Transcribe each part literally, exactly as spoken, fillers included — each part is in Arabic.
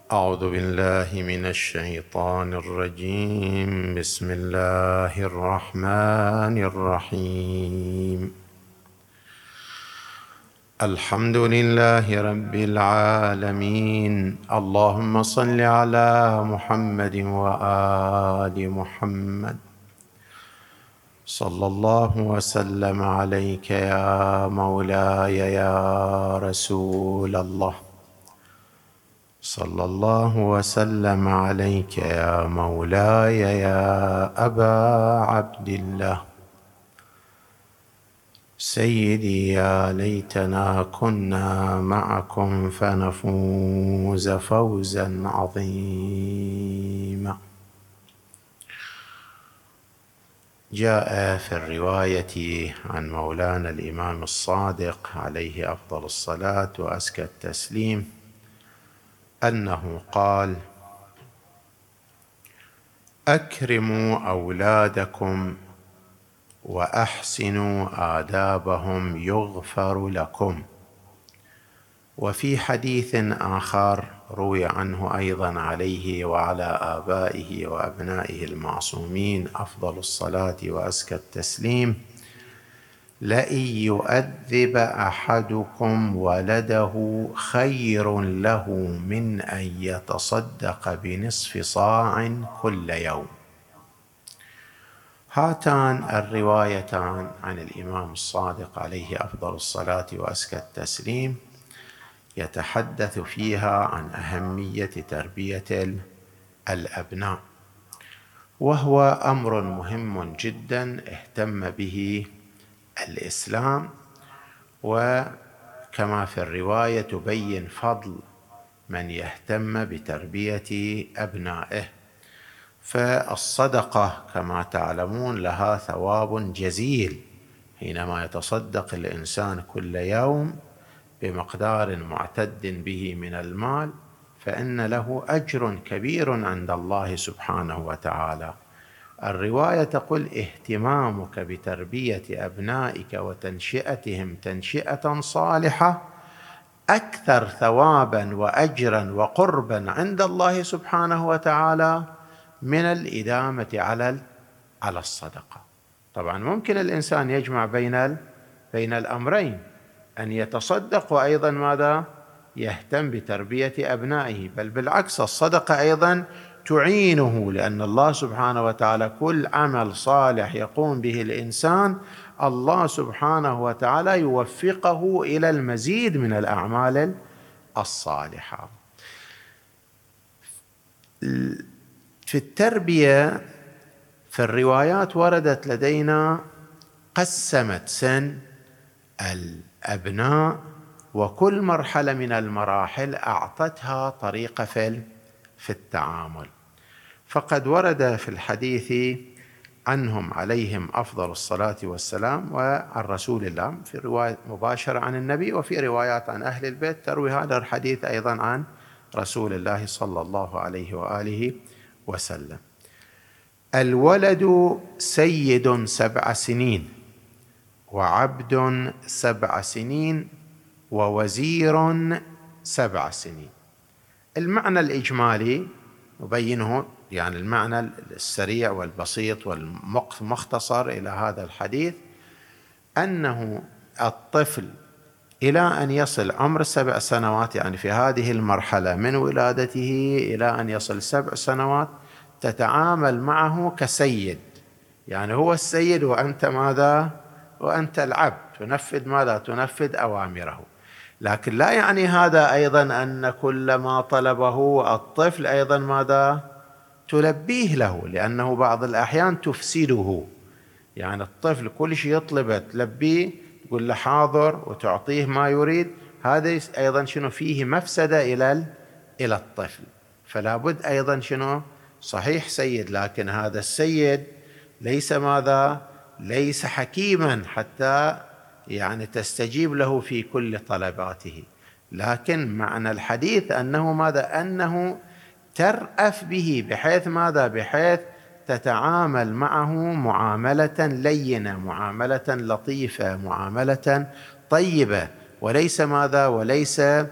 أعوذ بالله من الشيطان الرجيم. بسم الله الرحمن الرحيم. الحمد لله رب العالمين. اللهم صل على محمد وآل محمد. صلى الله وسلم عليك يا مولاي يا رسول الله. صلى الله وسلم عليك يا مولاي يا أبا عبد الله. سيدي يا ليتنا كنا معكم فنفوز فوزا عظيما. جاء في الرواية عن مولانا الإمام الصادق عليه أفضل الصلاة وأزكى التسليم أنه قال: أكرموا أولادكم وأحسنوا آدابهم يغفر لكم. وفي حديث آخر روي عنه أيضا عليه وعلى آبائه وأبنائه المعصومين أفضل الصلاة وأزكى التسليم: لئن يؤدب أحدكم ولده خير له من أن يتصدق بنصف صاع كل يوم. هاتان الروايتان عن الإمام الصادق عليه أفضل الصلاة وأزكى التسليم يتحدث فيها عن أهمية تربية الأبناء، وهو أمر مهم جدا اهتم به الإسلام. وكما في الرواية تبين فضل من يهتم بتربية أبنائه، فالصدقة كما تعلمون لها ثواب جزيل. حينما يتصدق الإنسان كل يوم بمقدار معتد به من المال فإن له أجر كبير عند الله سبحانه وتعالى. الرواية تقول: اهتمامك بتربية أبنائك وتنشئتهم تنشئة صالحة أكثر ثوابا وأجرا وقربا عند الله سبحانه وتعالى من الإدامة على على الصدقة. طبعا ممكن الإنسان يجمع بين بين الأمرين، أن يتصدق وأيضا ماذا؟ يهتم بتربية أبنائه. بل بالعكس، الصدقة أيضا تعينه، لأن الله سبحانه وتعالى كل عمل صالح يقوم به الإنسان الله سبحانه وتعالى يوفقه إلى المزيد من الأعمال الصالحة. في التربية في الروايات وردت لدينا قسمت سن الأبناء، وكل مرحلة من المراحل أعطتها طريقة في التعامل. فقد ورد في الحديث عنهم عليهم أفضل الصلاة والسلام وعن رسول الله في رواية مباشرة عن النبي، وفي روايات عن أهل البيت تروي هذا الحديث أيضا عن رسول الله صلى الله عليه وآله وسلم: الولد سيد سبع سنين، وعبد سبع سنين، ووزير سبع سنين. المعنى الإجمالي نبينه، يعني المعنى السريع والبسيط والمختصر إلى هذا الحديث، أنه الطفل إلى أن يصل عمر سبع سنوات، يعني في هذه المرحلة من ولادته إلى أن يصل سبع سنوات تتعامل معه كسيد، يعني هو السيد وأنت ماذا؟ وأنت العبد، تنفذ ماذا؟ تنفذ أوامره. لكن لا يعني هذا أيضا أن كل ما طلبه الطفل أيضا ماذا؟ تلبيه له، لأنه بعض الأحيان تفسده. يعني الطفل كل شيء يطلبه تلبيه، تقول له حاضر وتعطيه ما يريد، هذا أيضا شنو فيه مفسدة إلى إلى الطفل. فلا بد أيضا شنو؟ صحيح سيد، لكن هذا السيد ليس ماذا؟ ليس حكيما حتى يعني تستجيب له في كل طلباته. لكن معنى الحديث أنه ماذا؟ أنه ترأف به، بحيث ماذا؟ بحيث تتعامل معه معاملة لينة، معاملة لطيفة، معاملة طيبة، وليس ماذا؟ وليس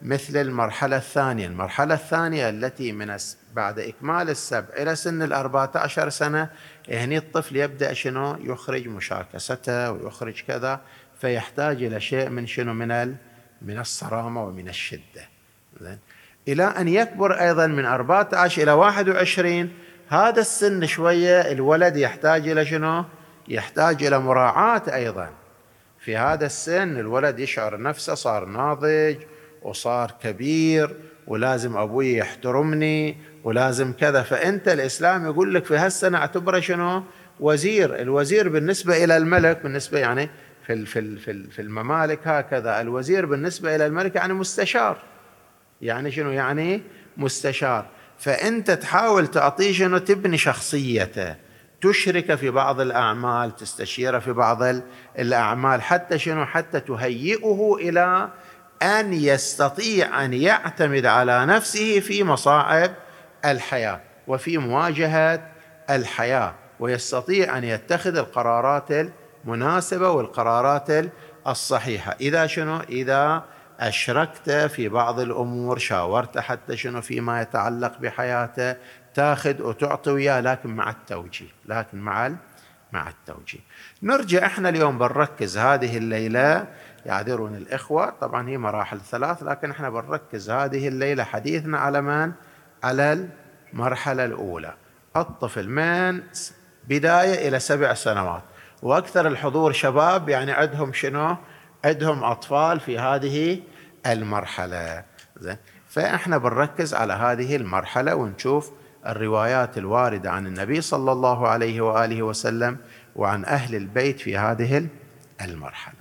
مثل المرحلة الثانية. المرحلة الثانية التي من بعد إكمال السبع إلى سن الأربعة عشر سنة، هنا الطفل يبدأ شنو يخرج مشاكسته ويخرج كذا، فيحتاج إلى شيء من شنو من من الصرامة ومن الشدة. إلى أن يكبر أيضا من أربعة عشر إلى واحد وعشرين، هذا السن شوية الولد يحتاج إلى شنو؟ يحتاج إلى مراعاة أيضا. في هذا السن الولد يشعر نفسه صار ناضج وصار كبير، ولازم أبوي يحترمني ولازم كذا. فأنت الإسلام يقول لك في هالسنة اعتبره شنو؟ وزير. الوزير بالنسبة إلى الملك، بالنسبة يعني في في في الممالك هكذا، الوزير بالنسبة إلى الملك يعني مستشار. يعني شنو يعني مستشار؟ فأنت تحاول تعطيه شنو؟ تبني شخصيته، تشرك في بعض الأعمال، تستشيره في بعض الأعمال، حتى شنو؟ حتى تهيئه إلى أن يستطيع أن يعتمد على نفسه في مصاعب الحياة وفي مواجهة الحياة، ويستطيع أن يتخذ القرارات المناسبة والقرارات الصحيحة. إذا شنو؟ إذا أشركت في بعض الأمور، شاورت حتى شنو فيما يتعلق بحياته، تاخذ وتعطي وياه، لكن مع التوجيه، لكن مع مع التوجيه. نرجع احنا اليوم بنركز هذه الليلة، يعذرون الإخوة طبعا هي مراحل ثلاث، لكن احنا بنركز هذه الليلة حديثنا على من؟ على المرحلة الأولى، الطفل من بداية إلى سبع سنوات. وأكثر الحضور شباب، يعني عندهم شنو؟ عندهم أطفال في هذه المرحلة. زين، فإحنا بنركز على هذه المرحلة ونشوف الروايات الواردة عن النبي صلى الله عليه وآله وسلم وعن أهل البيت في هذه المرحلة.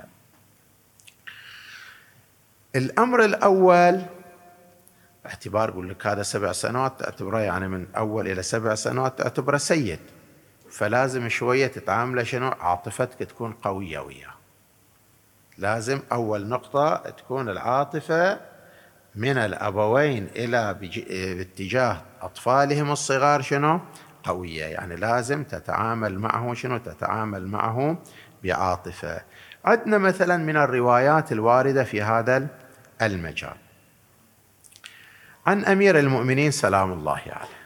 الأمر الأول، باعتبار أقول لك هذا سبع سنوات تعتبره يعني من أول إلى سبع سنوات تعتبره سيد، فلازم شوية تتعامل شنو؟ عاطفتك تكون قوية وياه. لازم أول نقطة تكون العاطفة من الأبوين إلى باتجاه أطفالهم الصغار شنو؟ قوية. يعني لازم تتعامل معه شنو؟ تتعامل معه بعاطفة. عندنا مثلا من الروايات الواردة في هذا المجال عن أمير المؤمنين سلام الله عليه،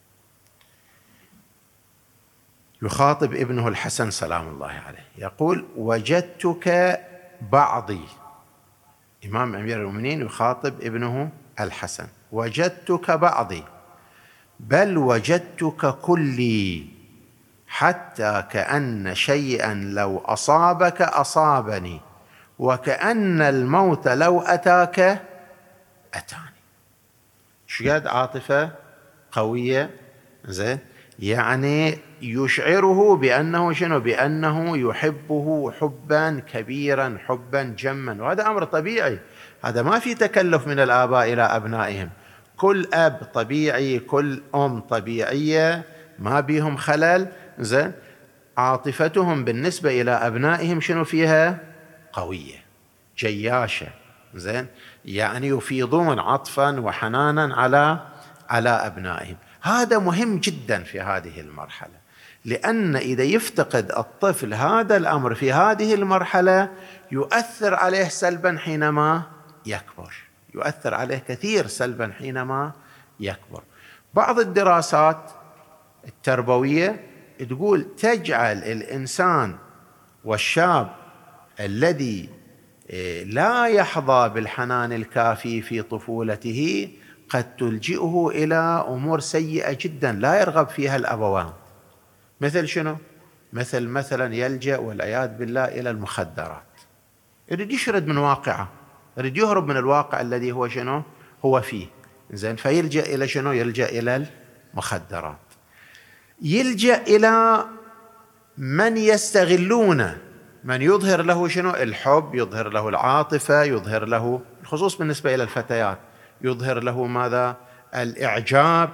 يخاطب ابنه الحسن سلام الله عليه، يقول: وجدتك بعضي. إمام أمير المؤمنين يخاطب ابنه الحسن: وجدتك بعضي، بل وجدتك كلي، حتى كأن شيئا لو أصابك أصابني، وكأن الموت لو أتاك أتاني. شقد عاطفة قوية. زين، يعني يشعره بأنه شنو؟ بأنه يحبه حبا كبيرا، حبا جما. وهذا أمر طبيعي، هذا ما في تكلف من الآباء إلى أبنائهم. كل أب طبيعي، كل أم طبيعية، ما بيهم خلل. زين، عاطفتهم بالنسبة إلى أبنائهم شنو فيها؟ قوية جياشة. زين، يعني يفيضون عطفا وحنانا على على أبنائهم. هذا مهم جدا في هذه المرحلة، لأن إذا يفتقد الطفل هذا الأمر في هذه المرحلة يؤثر عليه سلبا حينما يكبر، يؤثر عليه كثير سلبا حينما يكبر. بعض الدراسات التربوية تقول تجعل الإنسان والشاب الذي لا يحظى بالحنان الكافي في طفولته قد تلجئه إلى أمور سيئة جدا لا يرغب فيها الأبوان. مثل شنو؟ مثل مثلا يلجأ والعياذ بالله إلى المخدرات، يريد يشرد من واقعه، يريد يهرب من الواقع الذي هو شنو؟ هو فيه. زين، فيلجأ إلى شنو؟ يلجأ إلى المخدرات، يلجأ إلى من يستغلونه، من يظهر له شنو؟ الحب، يظهر له العاطفة، يظهر له، خصوص بالنسبة إلى الفتيات، يظهر له ماذا؟ الإعجاب.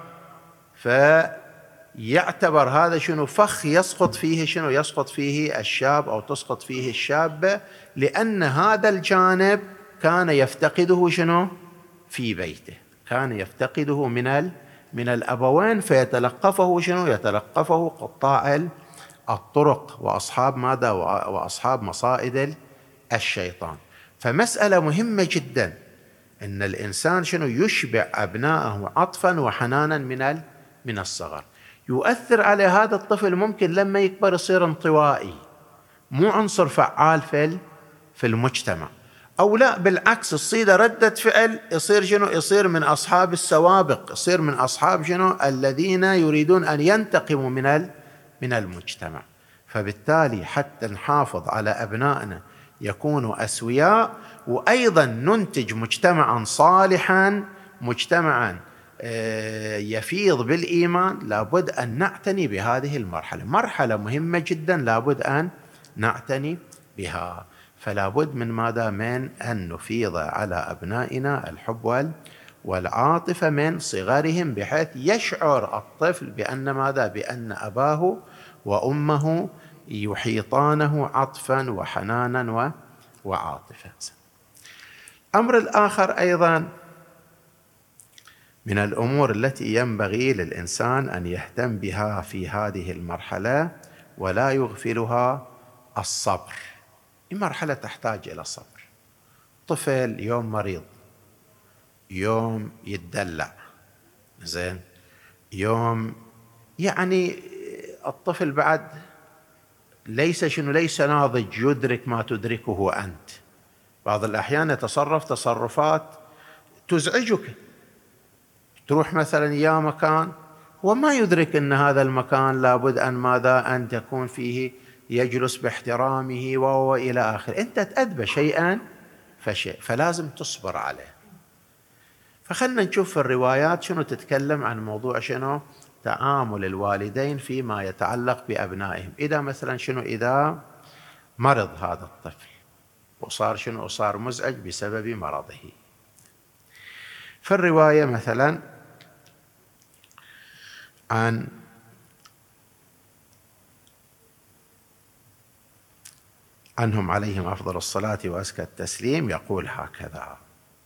فيعتبر هذا شنو؟ فخ يسقط فيه شنو؟ يسقط فيه الشاب أو تسقط فيه الشابة، لأن هذا الجانب كان يفتقده شنو؟ في بيته، كان يفتقده من من الأبوين، فيتلقفه شنو؟ يتلقفه قطاع الطرق وأصحاب ماذا؟ وأصحاب مصائد الشيطان. فمسألة مهمة جدا إن الإنسان شنو يشبع أبنائه عطفا وحنانا من من الصغر. يؤثر على هذا الطفل ممكن لما يكبر يصير انطوائي، مو عنصر فعال في في المجتمع، أو لا بالعكس تصير ردة فعل، يصير شنو يصير من أصحاب السوابق، يصير من أصحاب شنو الذين يريدون أن ينتقموا من من المجتمع. فبالتالي حتى نحافظ على أبنائنا يكونوا أسوياء، وأيضا ننتج مجتمعا صالحا، مجتمعا يفيض بالإيمان، لابد أن نعتني بهذه المرحلة، مرحلة مهمة جدا لابد أن نعتني بها. فلا بد من ماذا؟ من أن نفيض على أبنائنا الحب والعاطفة من صغرهم، بحيث يشعر الطفل بأن ماذا؟ بأن أباه وأمه يحيطانه عطفا وحنانا وعاطفة. الأمر الآخر أيضا من الأمور التي ينبغي للإنسان أن يهتم بها في هذه المرحلة ولا يغفلها الصبر. المرحلة تحتاج إلى صبر. طفل يوم مريض، يوم يتدلع، زين، يوم يعني الطفل بعد ليس شنو ليس ناضج يدرك ما تدركه أنت. بعض الأحيان يتصرف تصرفات تزعجك، تروح مثلا يا مكان وما يدرك أن هذا المكان لابد أن ماذا؟ أن تكون فيه يجلس باحترامه وإلى آخر. أنت تأدب شيئا فشيء، فلازم تصبر عليه. فخلنا نشوف في الروايات شنو تتكلم عن موضوع شنو تعامل الوالدين فيما يتعلق بأبنائهم. إذا مثلا شنو إذا مرض هذا الطفل وصار شنو صار مزعج بسبب مرضه. في الرواية مثلا عن عنهم عليهم أفضل الصلاة وأزكى التسليم يقول هكذا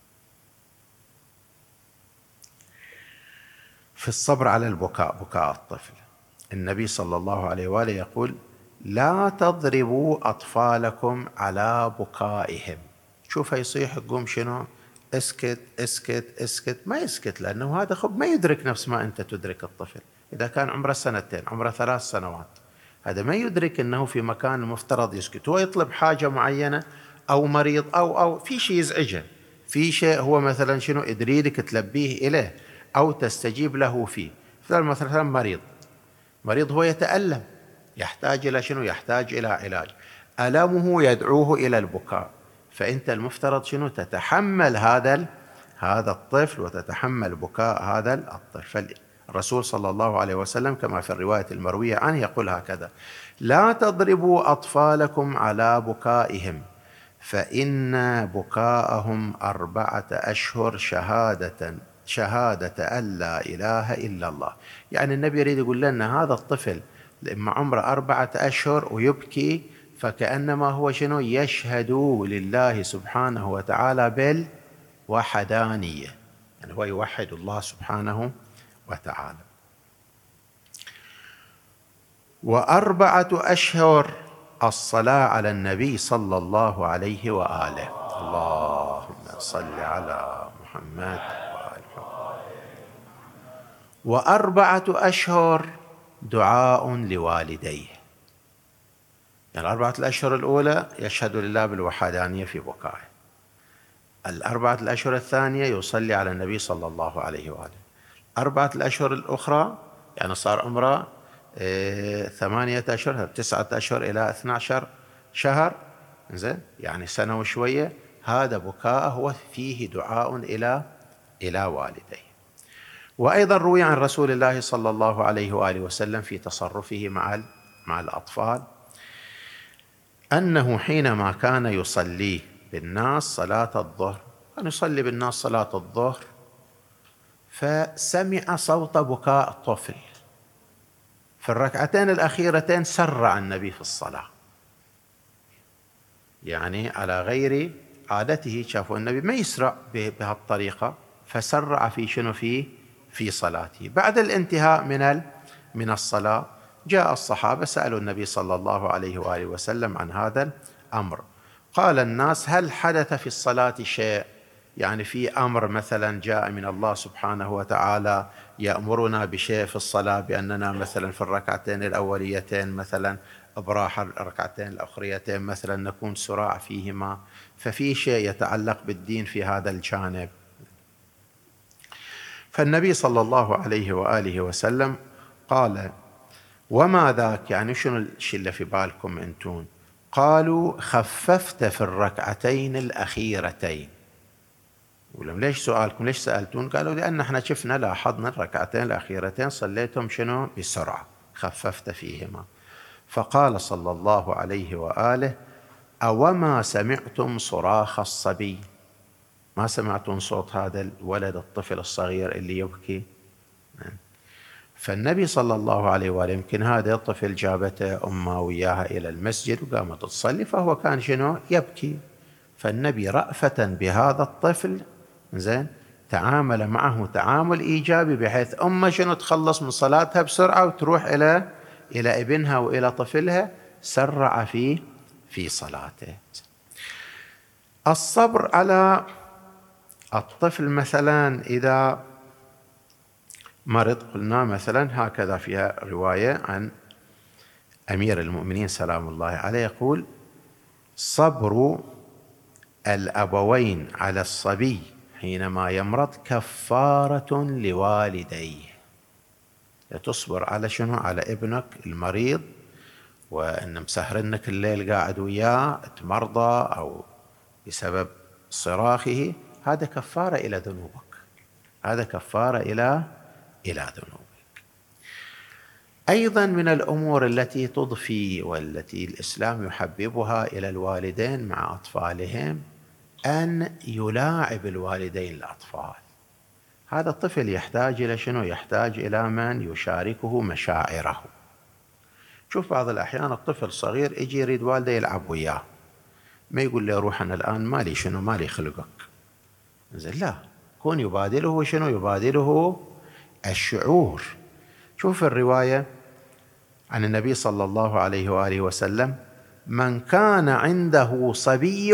في الصبر على البكاء، بكاء الطفل. النبي صلى الله عليه وآله يقول: لا تضربوا أطفالكم على بكائهم. شوف يصيح يقوم شنو اسكت اسكت اسكت، ما يسكت، لأنه هذا خب ما يدرك نفس ما أنت تدرك. الطفل إذا كان عمره سنتين، عمره ثلاث سنوات، هذا ما يدرك أنه في مكان المفترض يسكت. هو يطلب حاجة معينة أو مريض أو أو في شيء يزعجه، في شيء هو مثلا شنو يريدك تلبيه إليه أو تستجيب له فيه. مثلا مريض مريض هو يتألم، يحتاج إلى شنو؟ يحتاج إلى علاج، ألمه يدعوه إلى البكاء، فأنت المفترض شنو؟ تتحمل هذا هذا الطفل وتتحمل بكاء هذا الطفل. الرسول صلى الله عليه وسلم كما في الرواية المروية عنه يقول هكذا: لا تضربوا أطفالكم على بكائهم فإن بكاءهم أربعة أشهر شهادة شهادة أن لا إله إلا الله. يعني النبي يريد يقول لنا هذا الطفل لما عمره أربعة أشهر ويبكي فكأنما هو شنو؟ يشهد لله سبحانه وتعالى بالوحدانية، يعني هو يوحد الله سبحانه وتعالى. وأربعة أشهر الصلاة على النبي صلى الله عليه وآله. اللهم صل على محمد وآل محمد. وأربعة أشهر دعاء لوالديه، يعني الأربعة الأشهر الأولى يشهد لله بالوحدانية في بكائه، الأربعة الأشهر الثانية يصلي على النبي صلى الله عليه وآله، أربعة الأشهر الأخرى يعني صار عمره إيه ثمانية أشهر، تسعة أشهر إلى اثنى عشر شهر، زين، يعني سنة وشوية، هذا بكاء هو فيه دعاء إلى إلى والديه. وأيضا روي عن رسول الله صلى الله عليه وآله وسلم في تصرفه مع مع الأطفال أنه حينما كان يصلي بالناس صلاة الظهر، كان يصلي بالناس صلاة الظهر فسمع صوت بكاء طفل. في الركعتين الأخيرتين سرع النبي في الصلاة، يعني على غير عادته، شافوا النبي ما يسرع بهالطريقة فسرع في شنو في في صلاته. بعد الانتهاء من من الصلاة جاء الصحابة سألوا النبي صلى الله عليه وآله وسلم عن هذا الأمر. قال الناس: هل حدث في الصلاة شيء يعني في أمر مثلا جاء من الله سبحانه وتعالى يأمرنا بشيء في الصلاة، بأننا مثلا في الركعتين الأوليتين مثلا إبراح الركعتين الأخريتين مثلا نكون سراع فيهما، ففي شيء يتعلق بالدين في هذا الجانب. فالنبي صلى الله عليه وآله وسلم قال: وما ذاك؟ يعني شنو الشيء اللي في بالكم أنتم؟ قالوا: خففت في الركعتين الأخيرتين. ولم ليش سؤالكم ليش سألتون؟ قالوا: لأن احنا شفنا لاحظنا الركعتين الأخيرتين صليتهم شنو؟ بسرعة، خففت فيهما. فقال صلى الله عليه وآله: أوما سمعتم صراخ الصبي؟ ما سمعتم صوت هذا الولد الطفل الصغير اللي يبكي؟ فالنبي صلى الله عليه وآله يمكن هذا الطفل جابته أمه وياها إلى المسجد وقامت تصلي، فهو كان شنو؟ يبكي. فالنبي رأفة بهذا الطفل زين تعامل معه تعامل إيجابي، بحيث أمه شنو تخلص من صلاتها بسرعة وتروح إلى إلى ابنها وإلى طفلها، سرع فيه في صلاته. الصبر على الطفل مثلا إذا مرض، قلنا مثلا هكذا فيها رواية عن أمير المؤمنين سلام الله عليه يقول: صبر الأبوين على الصبي حينما يمرض كفارة لوالديه. تصبر على شنو؟ على ابنك المريض وأن مسهرنك الليل قاعد وياه تمرضى أو بسبب صراخه، هذا كفارة إلى ذنوبك، هذا كفارة إلى إلى ذنوبك. أيضا من الأمور التي تضفي والتي الإسلام يحببها إلى الوالدين مع أطفالهم أن يلاعب الوالدين الأطفال. هذا الطفل يحتاج إلى شنو؟ يحتاج إلى من يشاركه مشاعره. شوف بعض الأحيان الطفل صغير يجي يريد والده يلعب وياه، ما يقول له روح أنا الآن مالي شنو مالي خلقك، زين لا، كون يبادله شنو؟ يبادله الشعور. شوف الرواية عن النبي صلى الله عليه وآله وسلم: من كان عنده صبي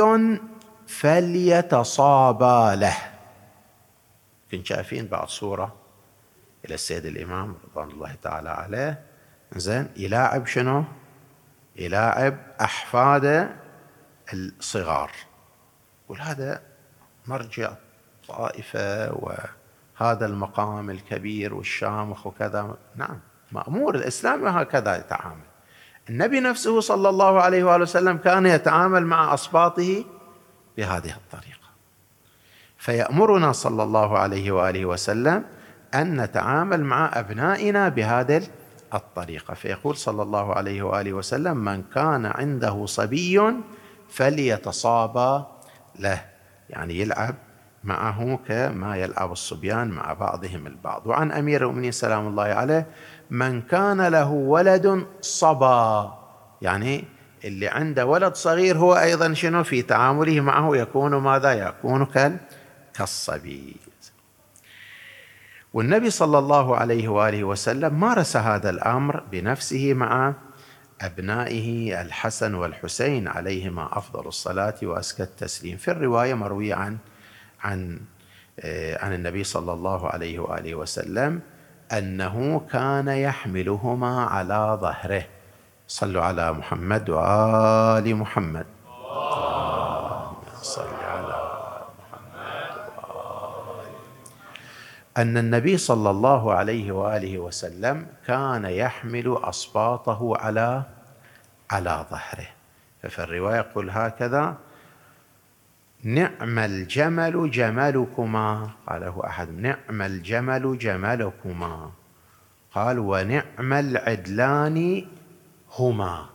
فليتصابى له. كنت شايفين بعض صورة إلى السيد الإمام رضوان الله تعالى عليه زين يلاعب شنو؟ يلاعب أحفاده الصغار، وهذا مرجع طائفة وهذا المقام الكبير والشامخ وكذا. نعم، مأمور الإسلام هكذا يتعامل. النبي نفسه صلى الله عليه وآله وسلم كان يتعامل مع أصباطه بهذه الطريقة. فيأمرنا صلى الله عليه وآله وسلم أن نتعامل مع أبنائنا بهذه الطريقة. فيقول صلى الله عليه وآله وسلم: من كان عنده صبي فليتصابى له، يعني يلعب معه كما يلعب الصبيان مع بعضهم البعض. وعن أمير المؤمنين سلام الله عليه: من كان له ولد صبا، يعني اللي عنده ولد صغير هو أيضا شنو؟ في تعامله معه يكون ماذا؟ يكون كالصبي. والنبي صلى الله عليه وآله وسلم مارس هذا الأمر بنفسه مع أبنائه الحسن والحسين عليهما أفضل الصلاة وأزكى التسليم. في الرواية مروية عن عن عن النبي صلى الله عليه وآله وسلم أنه كان يحملهما على ظهره. صلوا على محمد وآل محمد. صل على محمد وآل. أن النبي صلى الله عليه وآله وسلم كان يحمل أصباطه على على ظهره. ففي الرواية يقول هكذا: نعم الجمل جملكما، قاله أحد: نعم الجمل جملكما، قال: ونعم العدلان هما.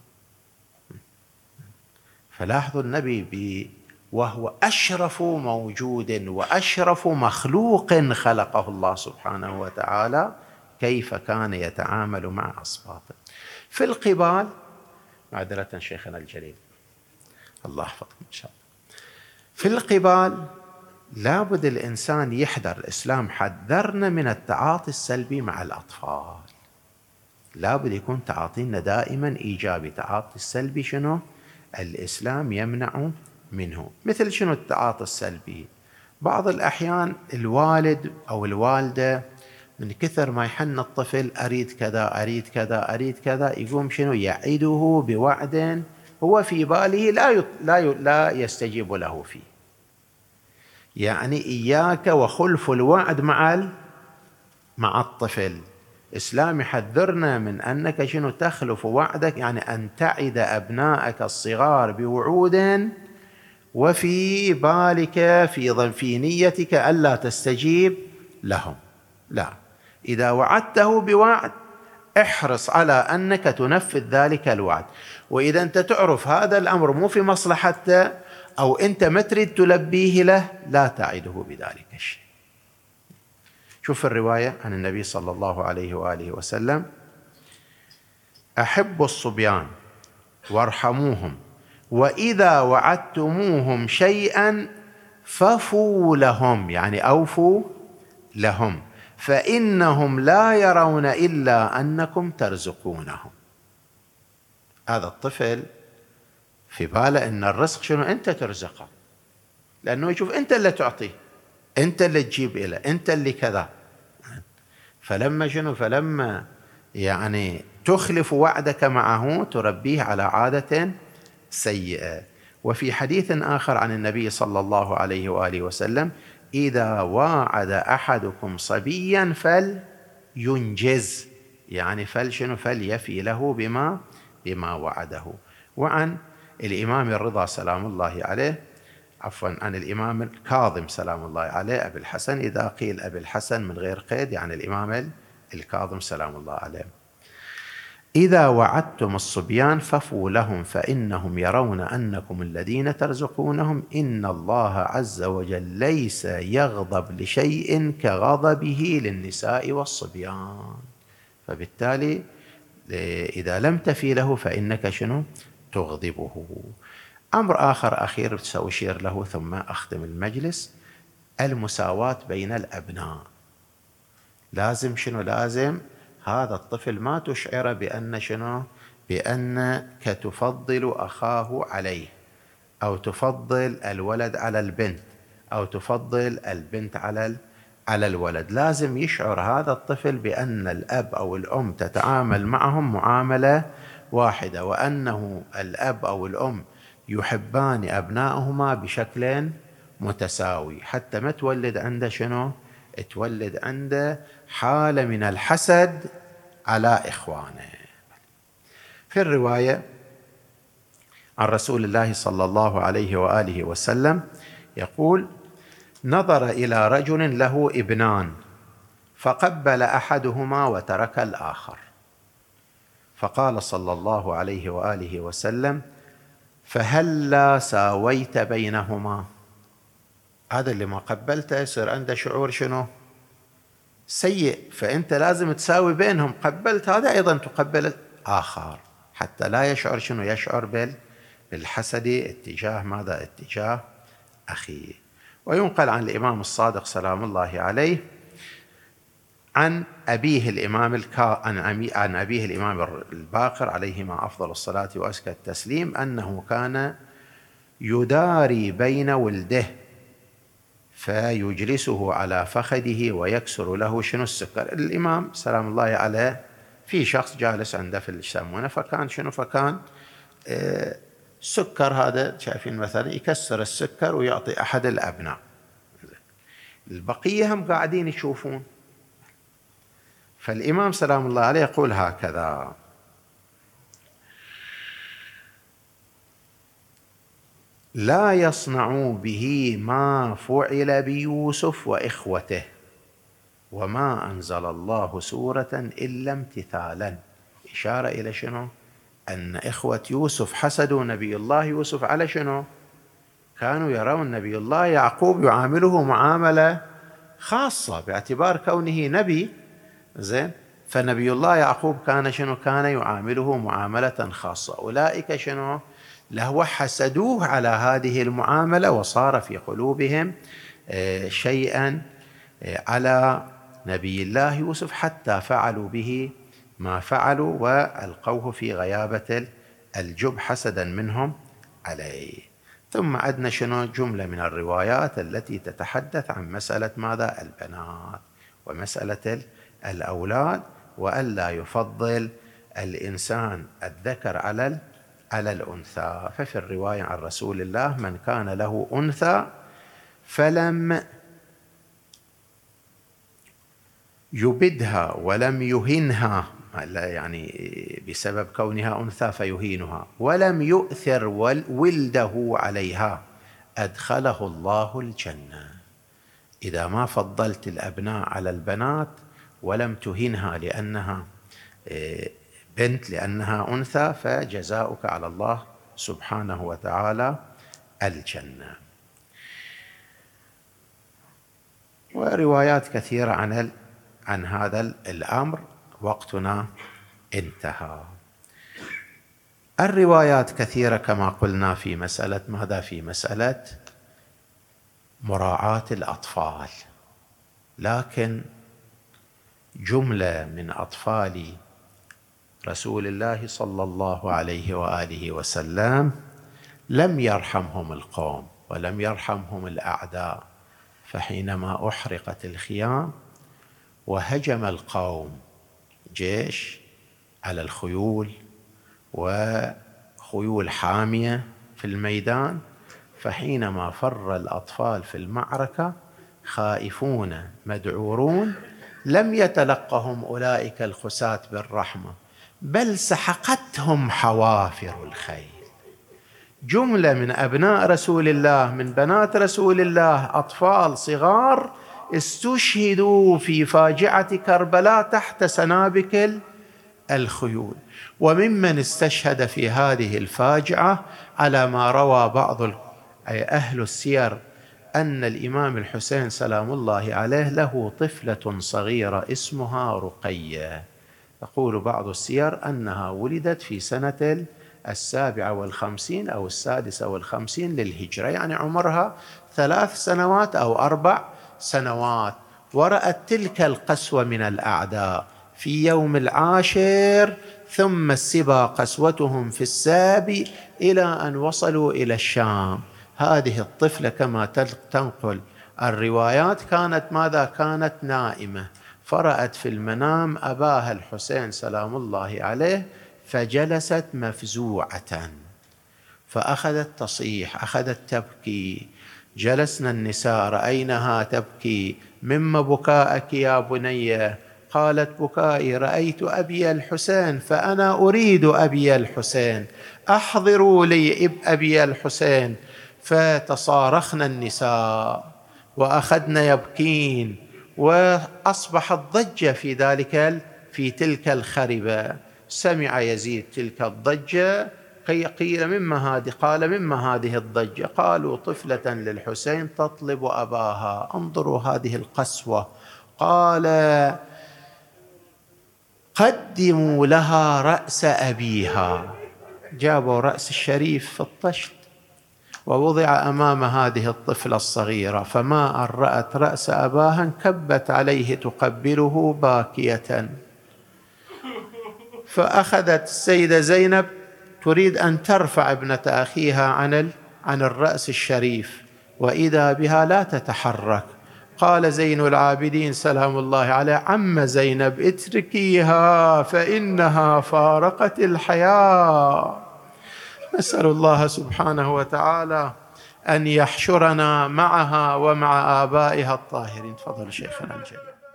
فلاحظوا النبي وهو أشرف موجود وأشرف مخلوق خلقه الله سبحانه وتعالى كيف كان يتعامل مع أصباطه. في القبال، معذرة شيخنا الجليل الله يحفظكم إن شاء الله، في القبال لابد الإنسان يحذر. الإسلام حذرنا من التعاطي السلبي مع الأطفال، لابد يكون تعاطينا دائما إيجابي. تعاطي السلبي شنو؟ الإسلام يمنع منه. مثل شنو التعاطي السلبي؟ بعض الأحيان الوالد أو الوالدة من كثر ما يحن الطفل أريد كذا أريد كذا أريد كذا، يقوم شنو يعيده بوعد هو في باله لا لا لا يستجيب له فيه. يعني إياك وخلف الوعد مع مع الطفل. الإسلام يحذرنا من أنك شنو تخلف وعدك، يعني أن تعد أبنائك الصغار بوعود وفي بالك في في نيتك ألا تستجيب لهم. لا، إذا وعدته بوعد احرص على أنك تنفذ ذلك الوعد. وإذا أنت تعرف هذا الأمر مو في مصلحته أو أنت ما تريد تلبيه له، لا تعده بذلك الشيء. شوف الرواية عن النبي صلى الله عليه وآله وسلم: أحبوا الصبيان وارحموهم، وإذا وعدتموهم شيئا ففوا لهم، يعني أوفوا لهم، فإنهم لا يرون إلا أنكم ترزقونهم. هذا الطفل في باله أن الرزق شنو أنت ترزقه، لأنه يشوف أنت اللي تعطيه، أنت اللي تجيب إله، أنت اللي كذا. فلما شنو فلما يعني تخلف وعدك معه تربيه على عادة سيئة. وفي حديث آخر عن النبي صلى الله عليه وآله وسلم: إذا واعد أحدكم صبيا فلينجز، يعني فل شنو فليفي له بما بما وعده. وعن الإمام الرضا سلام الله عليه عفوا عن الإمام الكاظم سلام الله عليه أبي الحسن، إذا قيل أبي الحسن من غير قيد يعني الإمام الكاظم سلام الله عليه: إذا وعدتم الصبيان ففوا لهم، فإنهم يرون أنكم الذين ترزقونهم، إن الله عز وجل ليس يغضب لشيء كغضبه للنساء والصبيان. فبالتالي إذا لم تفي له فإنك شنو تغضبه. أمر آخر أخير سأشير له ثم أختم المجلس: المساواة بين الأبناء. لازم شنو لازم هذا الطفل ما تشعر بأن شنو بأنك تفضل أخاه عليه، أو تفضل الولد على البنت، أو تفضل البنت على على الولد. لازم يشعر هذا الطفل بأن الأب أو الأم تتعامل معهم معاملة واحدة، وأنه الأب أو الأم يحبان أبنائهما بشكل متساوي، حتى ما تولد عنده شنو تولد عنده حالة من الحسد على إخوانه. في الرواية عن رسول الله صلى الله عليه وآله وسلم يقول: نظر إلى رجل له ابنان فقبل أحدهما وترك الآخر، فقال صلى الله عليه وآله وسلم: فهلا ساويت بينهما؟ هذا اللي ما قبلته يصير عنده شعور شنو سيء، فأنت لازم تساوي بينهم. قبلت هذا أيضا تقبل الآخر، حتى لا يشعر شنو يشعر بالحسد اتجاه ماذا اتجاه أخيه. وينقل عن الإمام الصادق سلام الله عليه عن أبيه الإمام الكا عن, عن أبيه الإمام الباقر عليهما أفضل الصلاة وأزكى التسليم أنه كان يداري بين ولده فيجلسه على فخذه ويكسر له شنو السكر. الإمام سلام الله عليه في شخص جالس عنده في يسمونه، فكان شنو فكان آه سكر هذا شايفين مثلا يكسر السكر ويعطي أحد الأبناء، البقية هم قاعدين يشوفون. فالإمام سلام الله عليه يقول هكذا: لا يصنعوا به ما فعل بيوسف وإخوته، وما أنزل الله سورة إلا امتثالا. إشارة إلى شنو؟ أن إخوة يوسف حسدوا نبي الله يوسف على شنو؟ كانوا يرون نبي الله يعقوب يعامله معاملة خاصة باعتبار كونه نبي، زين، فنبي الله يعقوب كان شنو؟ كان يعامله معاملة خاصة. أولئك شنو؟ لهو حسدوه على هذه المعاملة، وصار في قلوبهم شيئا على نبي الله يوسف، حتى فعلوا به ما فعلوا وألقوه في غيابة الجب حسدا منهم عليه. ثم عندنا شنو جملة من الروايات التي تتحدث عن مسألة ماذا؟ البنات ومسألة الأولاد، وألا يفضل الإنسان الذكر على على الأنثى. ففي الرواية عن رسول الله: من كان له أنثى فلم يبدها ولم يهنها، يعني بسبب كونها أنثى فيهينها، ولم يؤثر ولده عليها، أدخله الله الجنة. إذا ما فضلت الأبناء على البنات ولم تهنها لأنها بنت لأنها أنثى، فجزاؤك على الله سبحانه وتعالى الجنة. وروايات كثيرة عن عن هذا الأمر. وقتنا انتهى. الروايات كثيرة كما قلنا في مسألة ماذا؟ في مسألة مراعاة الأطفال، لكن جملة من أطفال رسول الله صلى الله عليه وآله وسلم لم يرحمهم القوم ولم يرحمهم الأعداء، فحينما أحرقت الخيام وهجم القوم جيش على الخيول وخيول حامية في الميدان، فحينما فر الأطفال في المعركة خائفون مدعورون، لم يتلقهم أولئك الخساة بالرحمة، بل سحقتهم حوافر الخيل. جملة من أبناء رسول الله من بنات رسول الله أطفال صغار استشهدوا في فاجعة كربلاء تحت سنابك الخيول. وممن استشهد في هذه الفاجعة على ما روى بعض أهل السير أن الإمام الحسين سلام الله عليه له طفلة صغيرة اسمها رقية. يقول بعض السير أنها ولدت في سنة السابعة والخمسين أو السادسة والخمسين للهجرة، يعني عمرها ثلاث سنوات أو أربع سنوات، ورأت تلك القسوة من الأعداء في يوم العاشر، ثم السبا قسوتهم في السابع إلى أن وصلوا إلى الشام. هذه الطفلة كما تنقل الروايات كانت ماذا؟ كانت نائمة، فرأت في المنام أباها الحسين سلام الله عليه، فجلست مفزوعة فأخذت تصيح، أخذت تبكي. جلسنا النساء رأينها تبكي: مما بكاءك يا بني؟ قالت: بكائي رأيت أبي الحسين فأنا أريد أبي الحسين، أحضروا لي أبي الحسين. فتصارخن النساء وأخذن يبكين، وأصبحت ضجة في ذلك في تلك الخربة. سمع يزيد تلك الضجة، قيل: مما هذه؟ قال: مما هذه الضجة؟ قالوا: طفلة للحسين تطلب أباها، انظروا هذه القسوة. قال: قدموا لها رأس أبيها. جابوا رأس الشريف في الطشت ووضع أمام هذه الطفلة الصغيرة، فما أن رأت رأس أباها انكبت عليه تقبله باكية. فأخذت السيدة زينب تريد أن ترفع ابنة أخيها عن عن الرأس الشريف، وإذا بها لا تتحرك. قال زين العابدين سلام الله عليه: عم زينب اتركيها فإنها فارقت الحياة. نسأل الله سبحانه وتعالى أن يحشرنا معها ومع آبائها الطاهرين. تفضل شيخنا الجليل.